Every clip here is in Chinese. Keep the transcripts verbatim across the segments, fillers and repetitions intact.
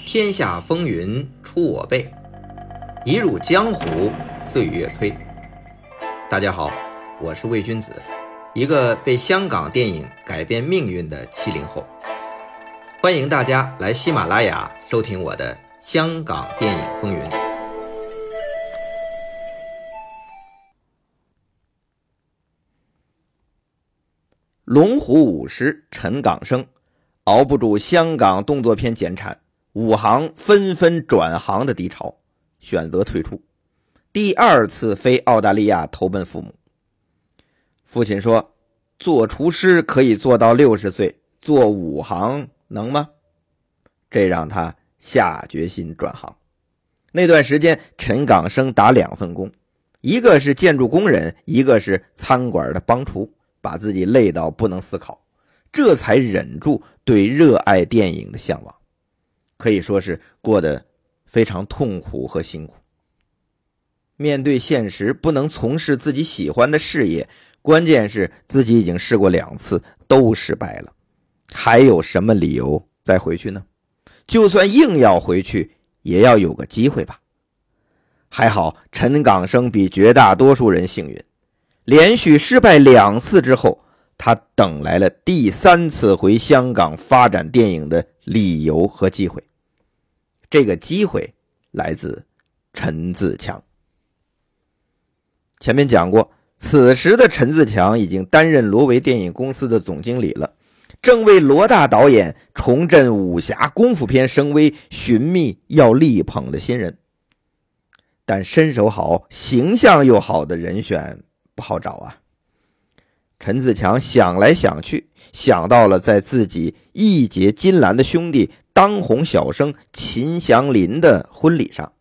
天下风云出我辈，一入江湖岁月催。大家好，我是魏君子，一个被香港电影改变命运的七零后。欢迎大家来喜马拉雅收听我的香港电影风云。龙虎武师陈港生熬不住香港动作片减产，武行纷纷转行的低潮，选择退出，第二次飞澳大利亚投奔父母。父亲说，做厨师可以做到六十岁，做武行能吗？这让他下决心转行。那段时间陈港生打两份工，一个是建筑工人，一个是餐馆的帮厨，把自己累到不能思考，这才忍住对热爱电影的向往，可以说是过得非常痛苦和辛苦。面对现实，不能从事自己喜欢的事业，关键是自己已经试过两次都失败了，还有什么理由再回去呢？就算硬要回去，也要有个机会吧。还好陈港生比绝大多数人幸运，连续失败两次之后，他等来了第三次回香港发展电影的理由和机会。这个机会来自陈自强。前面讲过，此时的陈自强已经担任罗维电影公司的总经理了，正为罗大导演重振武侠功夫片声威寻觅要力捧的新人。但身手好形象又好的人选不好找啊。陈自强想来想去，想到了在自己义结金兰的兄弟当红小生秦祥林的婚礼上，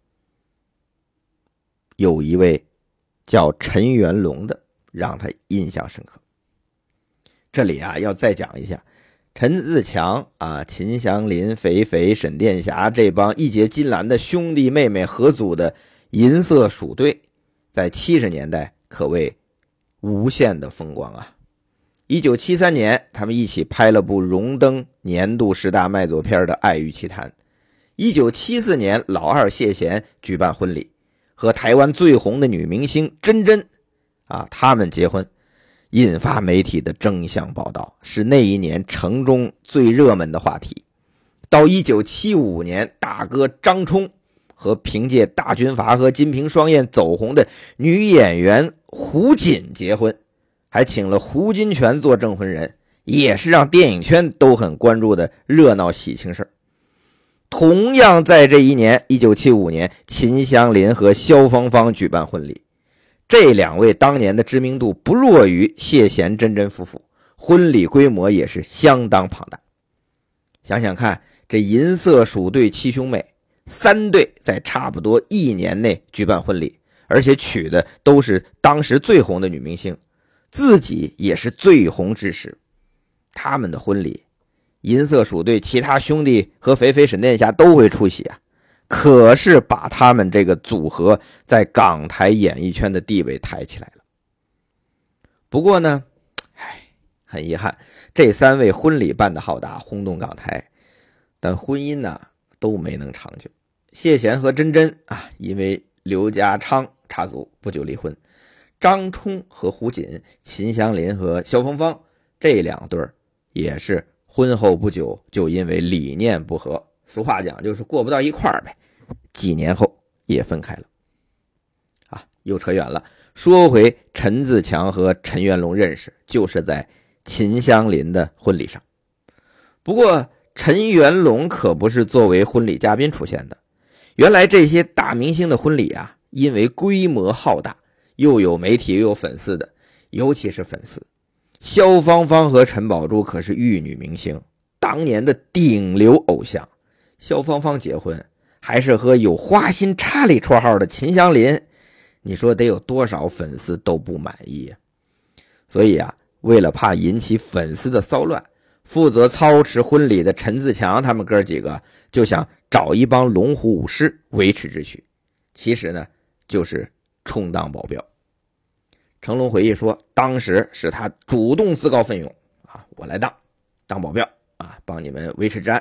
有一位叫陈元龙的让他印象深刻。这里啊要再讲一下，陈自强啊、秦祥林、肥肥、沈殿霞这帮义结金兰的兄弟妹妹合组的银色鼠队，在七十年代可谓无限的风光啊。一九七三年他们一起拍了部荣登年度十大卖座片的《爱与奇谈》。一九七四年老二谢贤举办婚礼，和台湾最红的女明星珍珍啊，他们结婚，引发媒体的争相报道，是那一年城中最热门的话题。到一九七五年，大哥张冲和凭借大军阀和金瓶双燕走红的女演员胡锦结婚，还请了胡金铨做证婚人，也是让电影圈都很关注的热闹喜庆事。同样在这一年一九七五年，秦祥林和萧芳芳举办婚礼，这两位当年的知名度不弱于谢贤珍珍夫妇，婚礼规模也是相当庞大。想想看，这银色鼠队七兄妹三队在差不多一年内举办婚礼，而且娶的都是当时最红的女明星，自己也是最红之时。他们的婚礼，银色鼠队其他兄弟和肥肥沈殿霞都会出席啊，可是把他们这个组合在港台演艺圈的地位抬起来了。不过呢，唉，很遗憾，这三位婚礼办得浩大，轰动港台，但婚姻呢都没能长久。谢贤和珍珍啊，因为刘家昌插足，不久离婚。张冲和胡锦、秦祥林和萧芳芳这两对也是婚后不久就因为理念不合，俗话讲就是过不到一块儿呗，几年后也分开了。啊，又扯远了，说回陈自强和陈元龙认识，就是在秦祥林的婚礼上。不过陈元龙可不是作为婚礼嘉宾出现的。原来这些大明星的婚礼啊，因为规模浩大，又有媒体又有粉丝的，尤其是粉丝。萧芳芳和陈宝珠可是玉女明星，当年的顶流偶像。萧芳芳结婚还是和有花心查理绰号的秦祥林，你说得有多少粉丝都不满意啊。所以啊，为了怕引起粉丝的骚乱，负责操持婚礼的陈自强他们哥几个就想找一帮龙虎武师维持秩序，其实呢就是充当保镖。成龙回忆说，当时是他主动自告奋勇啊，我来当当保镖啊，帮你们维持治安，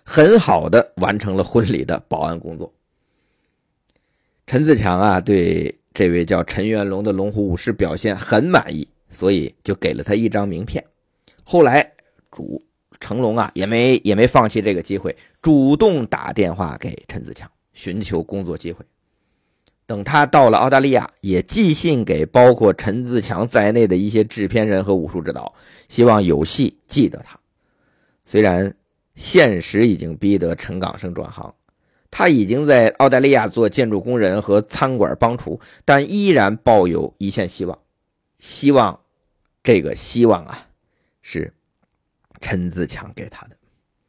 很好的完成了婚礼的保安工作。陈自强啊，对这位叫陈元龙的龙虎武师表现很满意，所以就给了他一张名片。后来主成龙啊也没也没放弃这个机会，主动打电话给陈自强寻求工作机会。等他到了澳大利亚，也寄信给包括陈自强在内的一些制片人和武术指导，希望有戏记得他。虽然现实已经逼得陈港生转行，他已经在澳大利亚做建筑工人和餐馆帮厨，但依然抱有一线希望。希望这个希望啊，是陈自强给他的。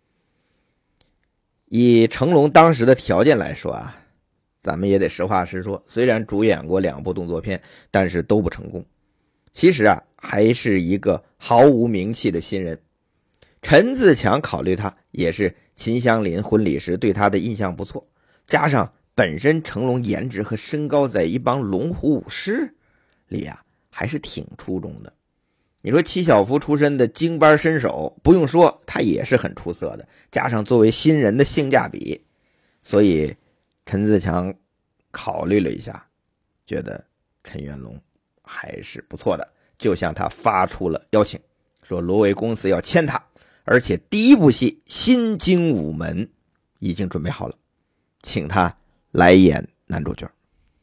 以成龙当时的条件来说啊，咱们也得实话实说，虽然主演过两部动作片，但是都不成功。其实啊，还是一个毫无名气的新人。陈自强考虑他，也是秦香林婚礼时对他的印象不错，加上本身成龙颜值和身高在一帮龙虎武师里啊，还是挺出众的。你说七小福出身的京班身手，不用说，他也是很出色的，加上作为新人的性价比，所以陈自强考虑了一下，觉得陈元龙还是不错的，就向他发出了邀请，说罗维公司要签他，而且第一部戏《新精武门》已经准备好了，请他来演男主角。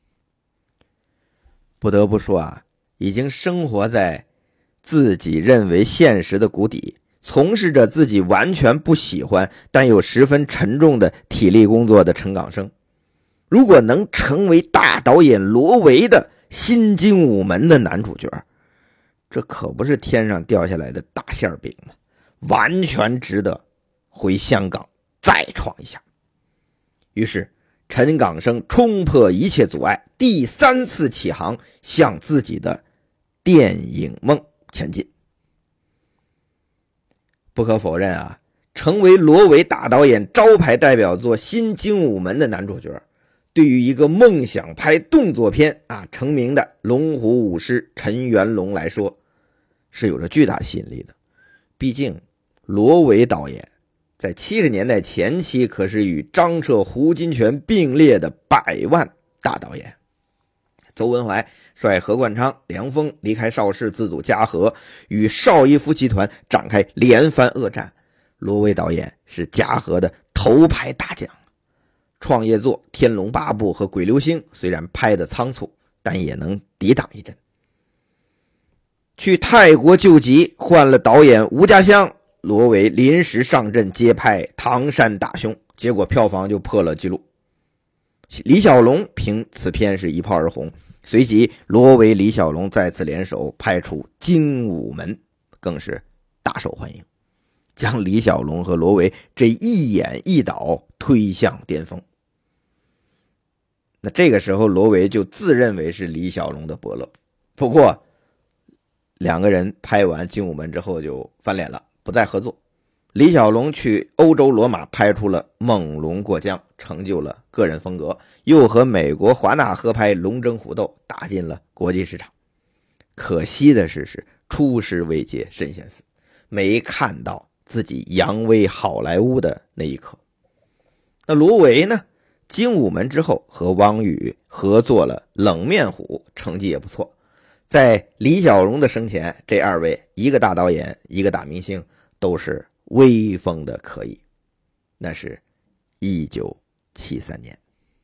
不得不说啊，已经生活在自己认为现实的谷底，从事着自己完全不喜欢但又十分沉重的体力工作的陈港生，如果能成为大导演罗维的《新精武门》的男主角，这可不是天上掉下来的大馅饼吗？完全值得回香港再闯一下。于是陈港生冲破一切阻碍，第三次起航，向自己的电影梦前进。不可否认啊，成为罗维大导演招牌代表作《新精武门》的男主角，对于一个梦想拍动作片啊成名的龙虎武师陈元龙来说，是有着巨大吸引力的。毕竟罗维导演在七十年代前期可是与张彻、胡金铨并列的百万大导演。邹文怀率何冠昌、梁峰离开邵氏自组嘉禾，与邵逸夫集团展开连番恶战。罗维导演是嘉禾的头牌大将，创业作《天龙八部》和《鬼流星》虽然拍得仓促，但也能抵挡一阵。去泰国救急，换了导演吴家湘，罗维临时上阵接拍《唐山大兄》，结果票房就破了纪录。李小龙凭此片是一炮而红，随即罗维、李小龙再次联手拍出《精武门》，更是大受欢迎，将李小龙和罗维这一演一导推向巅峰。那这个时候罗维就自认为是李小龙的伯乐，不过两个人拍完《精武门》之后就翻脸了，不再合作。李小龙去欧洲罗马拍出了《猛龙过江》，成就了个人风格，又和美国华纳合拍《龙争虎斗》，打进了国际市场。可惜的是是出师未捷身先死，没看到自己扬威好莱坞的那一刻。那罗维呢，精武门之后和汪宇合作了《冷面虎》，成绩也不错。在李小龙的生前，这二位一个大导演，一个大明星，都是威风的可以。那是一九七三年。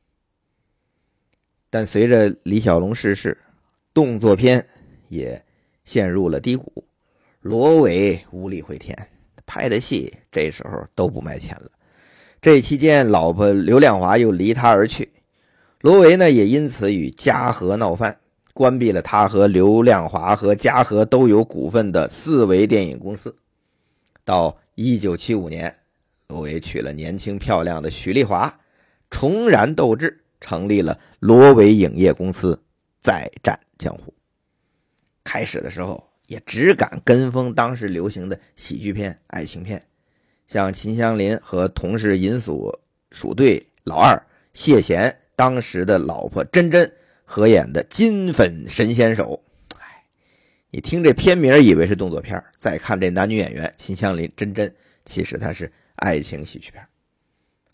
但随着李小龙逝世，动作片也陷入了低谷，罗维无力回天，拍的戏这时候都不卖钱了。这期间老婆刘亮华又离他而去，罗维呢也因此与嘉禾闹翻，关闭了他和刘亮华和嘉禾都有股份的四维电影公司。到一九七五年，罗维娶了年轻漂亮的许丽华，重燃斗志，成立了罗维影业公司，再战江湖。开始的时候也只敢跟风当时流行的喜剧片、爱情片，像秦香林和同是银锁属队老二谢贤当时的老婆珍珍合演的《金粉神仙手》。哎，你听这片名以为是动作片，再看这男女演员秦香林、珍珍，其实它是爱情喜剧片。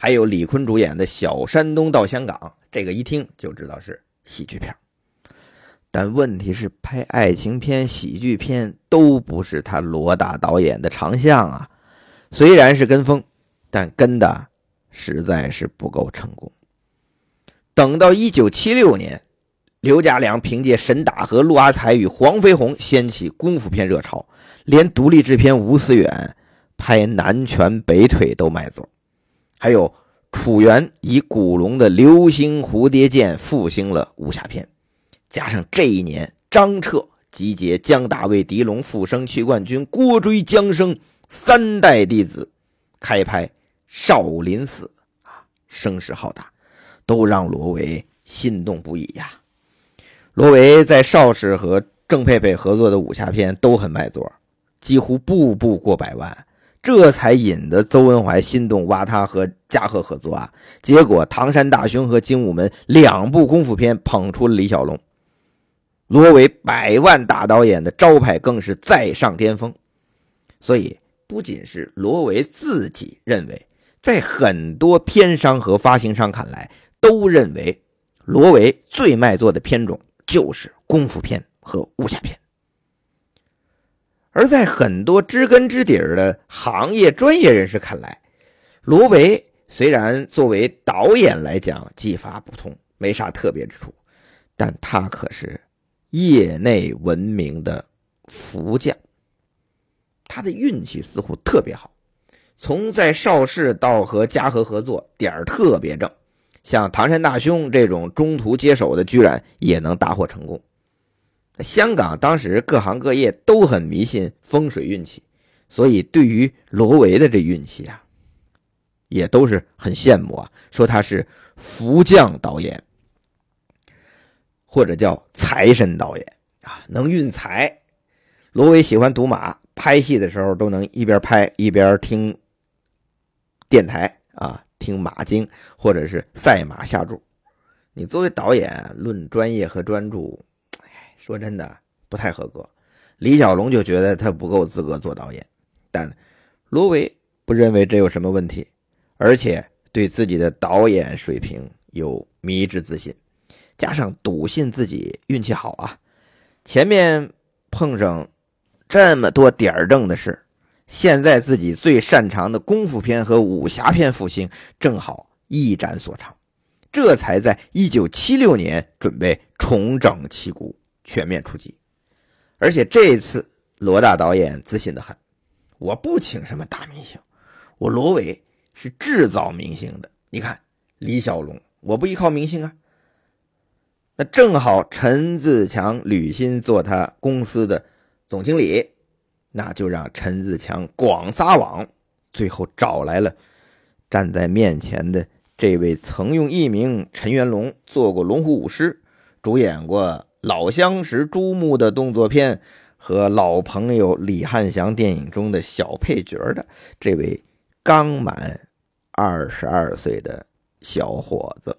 还有李坤主演的《小山东到香港》，这个一听就知道是喜剧片。但问题是，拍爱情片、喜剧片都不是他罗大导演的长项啊。虽然是跟风，但跟的实在是不够成功。等到一九七六年，刘家良凭借沈大和、陆阿才与黄飞鸿掀起功夫片热潮，连独立制片吴思远拍南拳北腿都卖座。还有楚原以古龙的流星蝴蝶剑复兴了武侠片，加上这一年张彻集结姜大卫、狄龙、傅生、曲冠军、郭追、姜生三代弟子开拍少林寺啊，声势浩大，都让罗维心动不已呀。罗维在邵氏和郑佩佩合作的武侠片都很卖座，几乎步步过百万，这才引得邹文怀心动挖他和嘉禾合作啊。结果唐山大兄和精武门两部功夫片捧出了李小龙，罗维百万大导演的招牌更是再上巅峰。所以不仅是罗维自己认为，在很多片商和发行商看来都认为罗维最卖座的片种就是功夫片和武侠片。而在很多知根知底的行业专业人士看来，罗维虽然作为导演来讲技法不通，没啥特别之处，但他可是业内闻名的福将。他的运气似乎特别好，从在邵氏到和嘉禾合作点儿特别正，像唐山大兄这种中途接手的居然也能大获成功。香港当时各行各业都很迷信风水运气，所以对于罗维的这运气啊，也都是很羡慕啊，说他是福将导演，或者叫财神导演啊，能运财。罗维喜欢赌马，拍戏的时候都能一边拍一边听电台啊，听马经或者是赛马下注。你作为导演，论专业和专注，说真的不太合格。李小龙就觉得他不够资格做导演，但罗维不认为这有什么问题，而且对自己的导演水平有迷之自信，加上笃信自己运气好啊，前面碰上这么多点正的事，现在自己最擅长的功夫片和武侠片复兴正好一展所长，这才在一九七六年准备重整旗鼓，全面出击。而且这次罗大导演自信得很，我不请什么大明星，我罗维是制造明星的。你看李小龙，我不依靠明星啊。那正好陈自强、吕欣做他公司的总经理，那就让陈自强广撒网，最后找来了站在面前的这位曾用艺名陈元龙，做过龙虎舞狮，主演过老相识朱木的动作片和老朋友李汉祥电影中的小配角的这位刚满二十二岁的小伙子。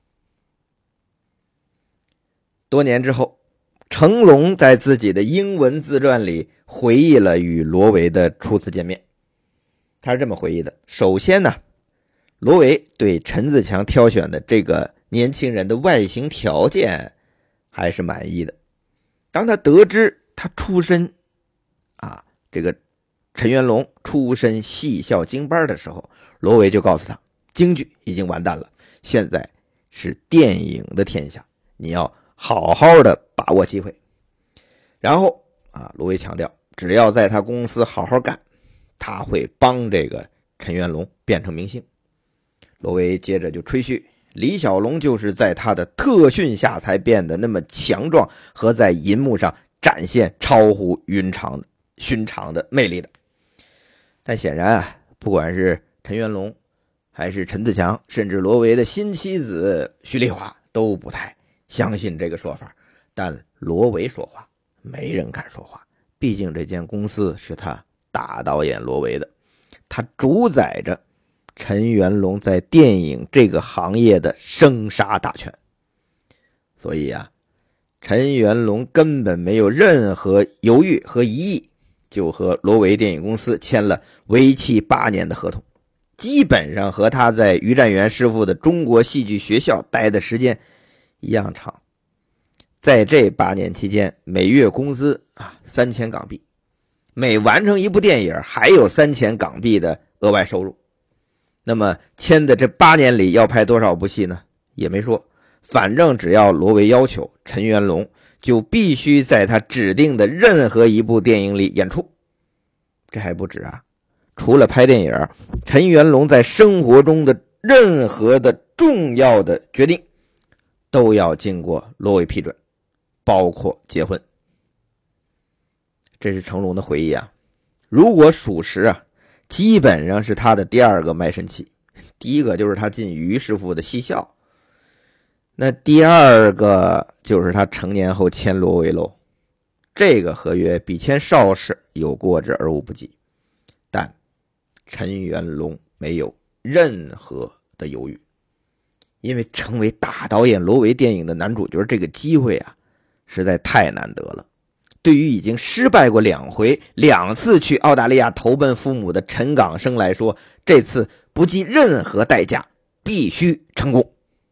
多年之后，成龙在自己的英文自传里回忆了与罗维的初次见面。他是这么回忆的：首先呢，罗维对陈自强挑选的这个年轻人的外形条件还是满意的。当他得知他出身啊，这个陈元龙出身戏校京班的时候，罗维就告诉他，京剧已经完蛋了，现在是电影的天下，你要好好的把握机会。然后啊，罗维强调，只要在他公司好好干，他会帮这个陈元龙变成明星。罗维接着就吹嘘，李小龙就是在他的特训下才变得那么强壮，和在银幕上展现超乎寻常的寻常的魅力的。但显然啊，不管是陈元龙还是陈自强，甚至罗维的新妻子徐丽华都不太相信这个说法。但罗维说话，没人敢说话，毕竟这间公司是他大导演罗维的，他主宰着陈元龙在电影这个行业的生杀大权。所以啊，陈元龙根本没有任何犹豫和疑义，就和罗维电影公司签了为期八年的合同。 基本上和他在于占元师傅的中国戏剧学校待的时间一样长。在这八年期间，每月工资啊三千港币，每完成一部电影还有三千港币的额外收入。那么签的这八年里要拍多少部戏呢？也没说，反正只要罗维要求，陈元龙就必须在他指定的任何一部电影里演出。这还不止啊，除了拍电影，陈元龙在生活中的任何的重要的决定都要经过罗维批准，包括结婚。这是成龙的回忆啊，如果属实啊，基本上是他的第二个卖身契。第一个就是他进于师傅的戏校，那第二个就是他成年后签罗维喽。这个合约比签邵氏有过之而无不及，但陈元龙没有任何的犹豫，因为成为大导演罗维电影的男主角这个机会啊，实在太难得了。对于已经失败过两回、两次去澳大利亚投奔父母的陈港生来说，这次不计任何代价，必须成功。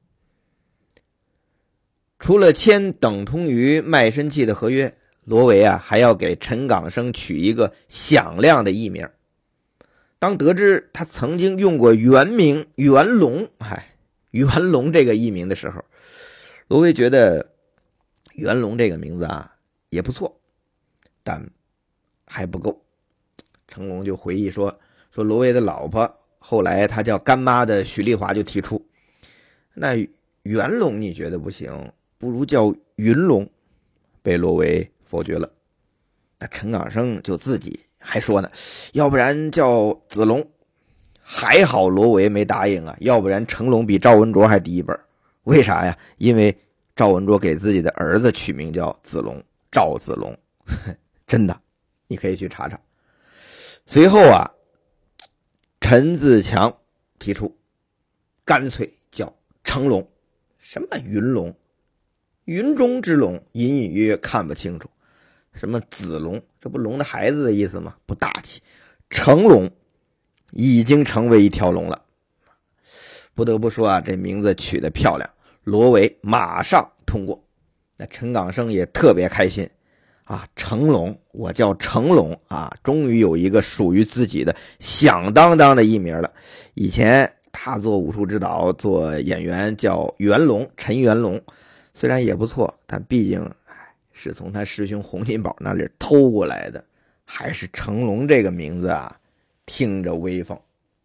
除了签等同于卖身契的合约，罗维啊还要给陈港生取一个响亮的艺名。当得知他曾经用过原名元龙，嗨，元龙这个艺名的时候，罗维觉得元龙这个名字啊也不错，但还不够。成龙就回忆说，说罗维的老婆后来他叫干妈的许丽华就提出，那元龙你觉得不行，不如叫云龙，被罗维否决了。那陈港生就自己还说呢，要不然叫子龙。还好罗维没答应啊，要不然成龙比赵文卓还低一本。为啥呀？因为赵文卓给自己的儿子取名叫子龙，赵子龙。真的，你可以去查查。随后啊，陈自强提出干脆叫成龙。什么云龙？云中之龙，隐隐约约看不清楚。什么子龙？这不龙的孩子的意思吗？不大气。成龙已经成为一条龙了。不得不说啊，这名字取得漂亮，罗维马上通过。那陈港生也特别开心啊，成龙，我叫成龙啊，终于有一个属于自己的响当当的艺名了。以前他做武术指导、做演员叫元龙，陈元龙，虽然也不错，但毕竟是从他师兄洪金宝那里偷过来的，还是成龙这个名字啊，听着威风。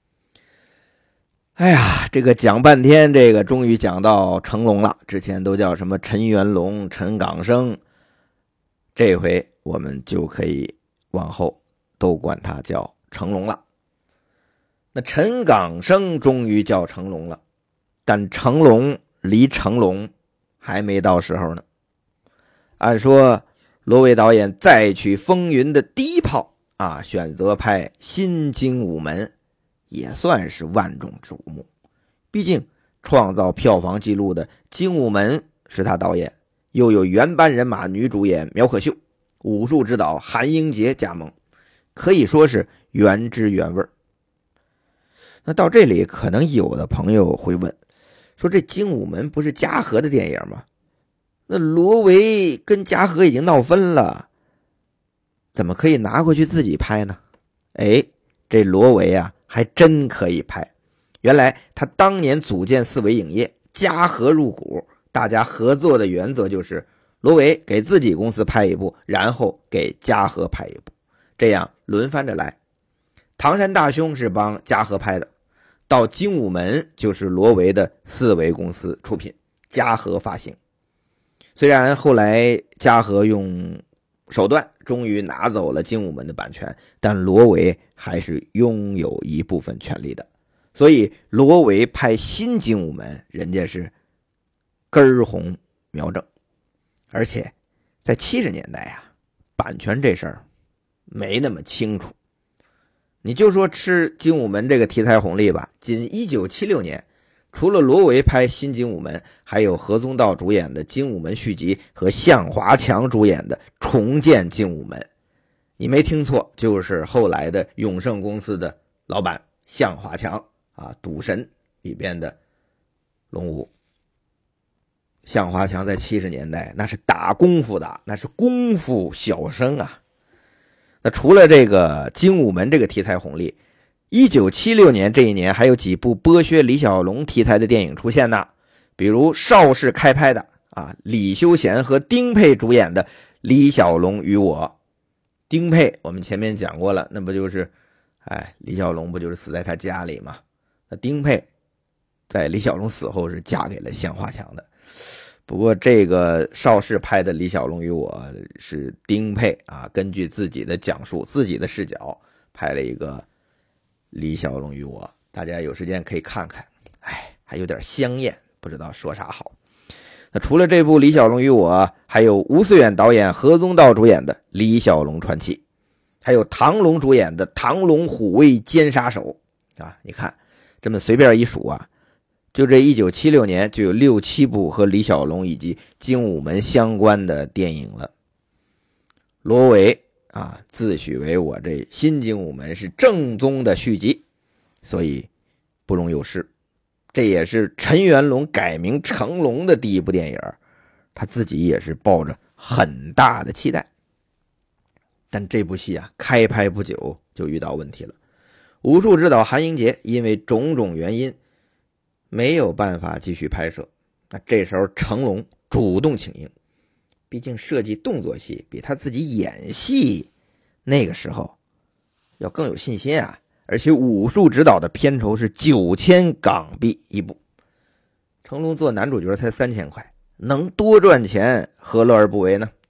哎呀，这个讲半天，这个终于讲到成龙了。之前都叫什么陈元龙、陈港生，这回我们就可以往后都管他叫成龙了。那陈港生终于叫成龙了，但成龙离成龙还没到时候呢。按说罗维导演再取风云的第一炮啊，选择拍新精武门，也算是万众瞩目。毕竟创造票房纪录的精武门是他导演，又有原班人马女主演苗可秀，武术指导韩英杰加盟，可以说是原汁原味。那到这里可能有的朋友会问，说这精武门不是嘉禾的电影吗？那罗维跟嘉禾已经闹分了，怎么可以拿回去自己拍呢？哎，这罗维啊还真可以拍。原来他当年组建四维影业，嘉禾入股，大家合作的原则就是罗维给自己公司拍一部，然后给嘉禾拍一部，这样轮番着来。唐山大兄是帮嘉禾拍的，到精武门就是罗维的四维公司出品，嘉禾发行。虽然后来嘉禾用手段终于拿走了精武门的版权，但罗维还是拥有一部分权利的。所以罗维拍新精武门，人家是根红苗正。而且在七十年代啊，版权这事儿没那么清楚。你就说吃精武门这个题材红利吧，仅一九七六年，除了罗维拍新精武门，还有何宗道主演的精武门续集和向华强主演的重建精武门。你没听错，就是后来的永盛公司的老板向华强啊，赌神里边的龙武。向华强在七十年代那是打功夫的，那是功夫小生啊。那除了这个精武门这个题材红利，一九七六年这一年还有几部剥削李小龙题材的电影出现呢，比如邵氏开拍的啊，李修贤和丁佩主演的《李小龙与我》。丁佩我们前面讲过了，那不就是哎，李小龙不就是死在他家里吗？那丁佩在李小龙死后是嫁给了向华强的。不过这个邵氏拍的《李小龙与我》是丁佩啊，根据自己的讲述、自己的视角拍了一个《李小龙与我》，大家有时间可以看看。哎，还有点香艳，不知道说啥好。那除了这部《李小龙与我》，还有吴思远导演、何宗道主演的《李小龙传奇》，还有唐龙主演的《唐龙虎威奸杀手》啊，你看这么随便一数啊，就这一九七六年就有六七部和李小龙以及精武门相关的电影了。罗维啊，自诩为我这新精武门是正宗的续集，所以不容有失。这也是陈元龙改名成龙的第一部电影，他自己也是抱着很大的期待。但这部戏啊，开拍不久就遇到问题了。武术指导韩英杰因为种种原因没有办法继续拍摄，那这时候成龙主动请缨，毕竟设计动作戏比他自己演戏那个时候要更有信心啊，而且武术指导的片酬是九千港币一部，成龙做男主角才三千块，能多赚钱何乐而不为呢？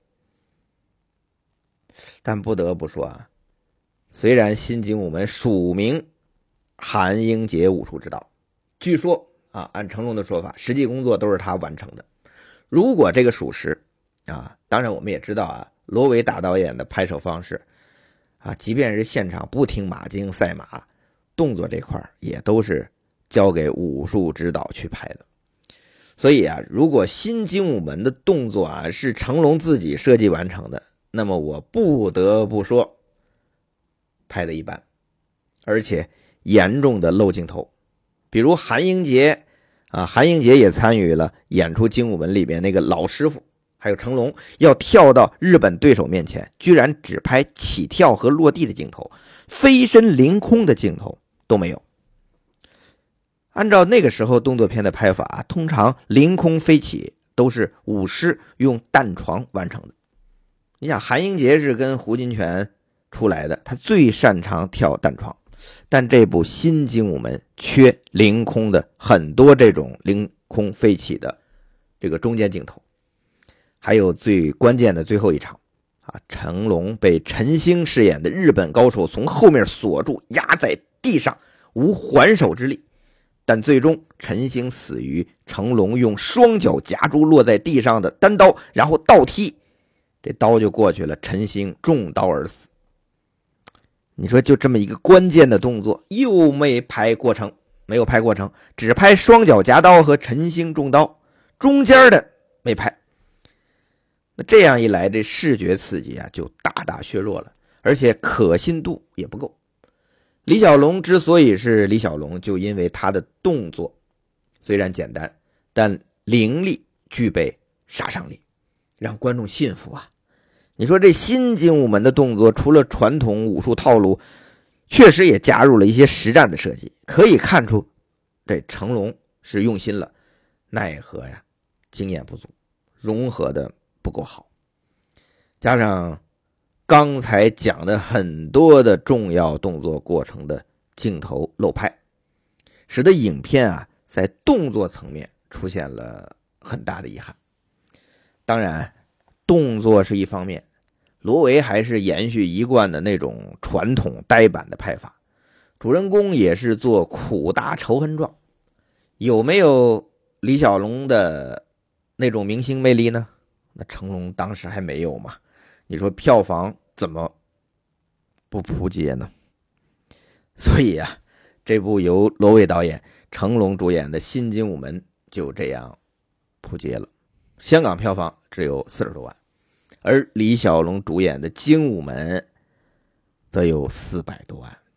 但不得不说啊，虽然新精武门署名韩英杰武术指导，据说啊，按成龙的说法，实际工作都是他完成的。如果这个属实啊，当然我们也知道啊，罗维大导演的拍摄方式啊，即便是现场不听马经赛马，动作这块也都是交给武术指导去拍的。所以啊，如果新精武门的动作啊是成龙自己设计完成的，那么我不得不说拍的一般，而且严重的漏镜头。比如韩英杰啊，韩英杰也参与了演出精武门里边那个老师傅，还有成龙要跳到日本对手面前，居然只拍起跳和落地的镜头，飞身凌空的镜头都没有。按照那个时候动作片的拍法，通常凌空飞起都是武师用弹床完成的。你想韩英杰是跟胡金铨出来的，他最擅长跳弹床，但这部新精武门缺凌空的很多这种凌空飞起的这个中间镜头。还有最关键的最后一场啊，成龙被陈星饰演的日本高手从后面锁住，压在地上，无还手之力。但最终陈星死于成龙用双脚夹住落在地上的单刀，然后倒踢，这刀就过去了，陈星中刀而死。你说就这么一个关键的动作又没拍过程，没有拍过程，只拍双脚夹刀和陈星中刀，中间的没拍。那这样一来，这视觉刺激啊就大大削弱了，而且可信度也不够。李小龙之所以是李小龙，就因为他的动作虽然简单，但凌厉，具备杀伤力，让观众信服啊。你说这新精武门的动作，除了传统武术套路，确实也加入了一些实战的设计，可以看出这成龙是用心了，奈何呀经验不足，融合的不够好，加上刚才讲的很多的重要动作过程的镜头漏拍，使得影片啊在动作层面出现了很大的遗憾。当然动作是一方面，罗维还是延续一贯的那种传统呆板的拍法，主人公也是做苦大仇恨状。有没有李小龙的那种明星魅力呢？那成龙当时还没有嘛，你说票房怎么不扑街呢？所以啊，这部由罗维导演、成龙主演的新精武门就这样扑街了。香港票房只有四十多万，而李小龙主演的精武门则有四百多万，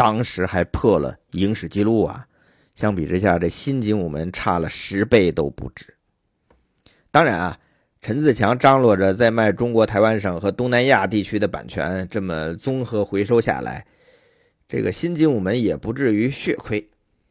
当时还破了影史记录啊。相比之下，这新精武门差了十倍都不止。当然啊，陈自强张罗着在卖中国台湾省和东南亚地区的版权，这么综合回收下来，这个新精武门也不至于血亏。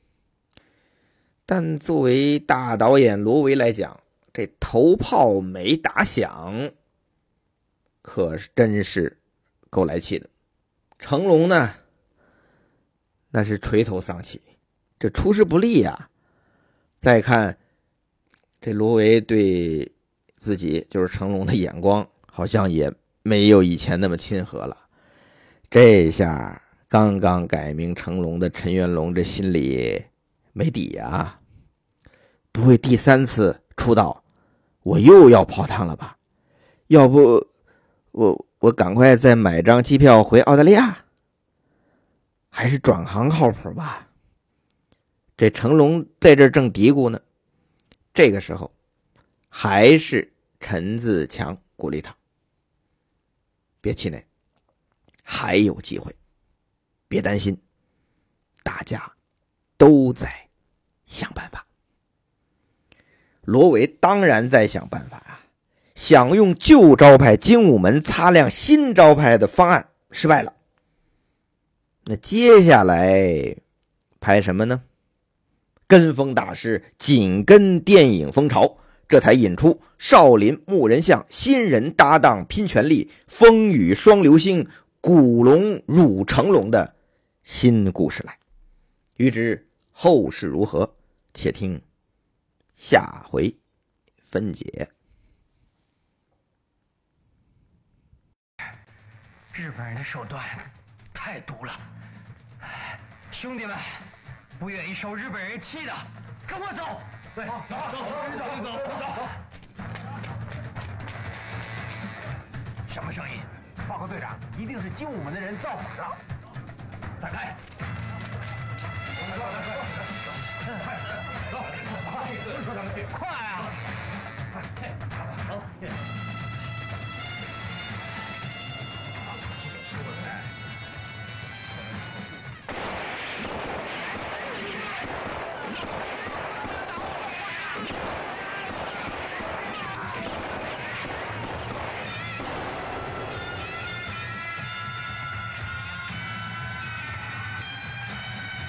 但作为大导演罗维来讲，这头炮没打响，可真是够来气的。成龙呢，那是垂头丧气，这出师不利啊。再看这罗维对自己就是成龙的眼光，好像也没有以前那么亲和了。这下刚刚改名成龙的陈元龙这心里没底啊，不会第三次出道我又要泡汤了吧？要不我我赶快再买张机票回澳大利亚，还是转行靠谱吧？这成龙在这正嘀咕呢，这个时候还是陈自强鼓励他，别气馁，还有机会，别担心，大家都在想办法。罗维当然在想办法啊，想用旧招牌精武门擦亮新招牌的方案失败了。那接下来拍什么呢？跟风大师紧跟电影风潮，这才引出少林木人像新人搭档拼权力，风雨双流星，古龙入成龙的新故事来。欲知后事如何，且听下回分解。 日本人的手段太毒了，兄弟们，不愿意受日本人气的，跟我走。对，走走走走走。什么声音？报告队长，一定是精武门的人造反了。闪开！快啊！走。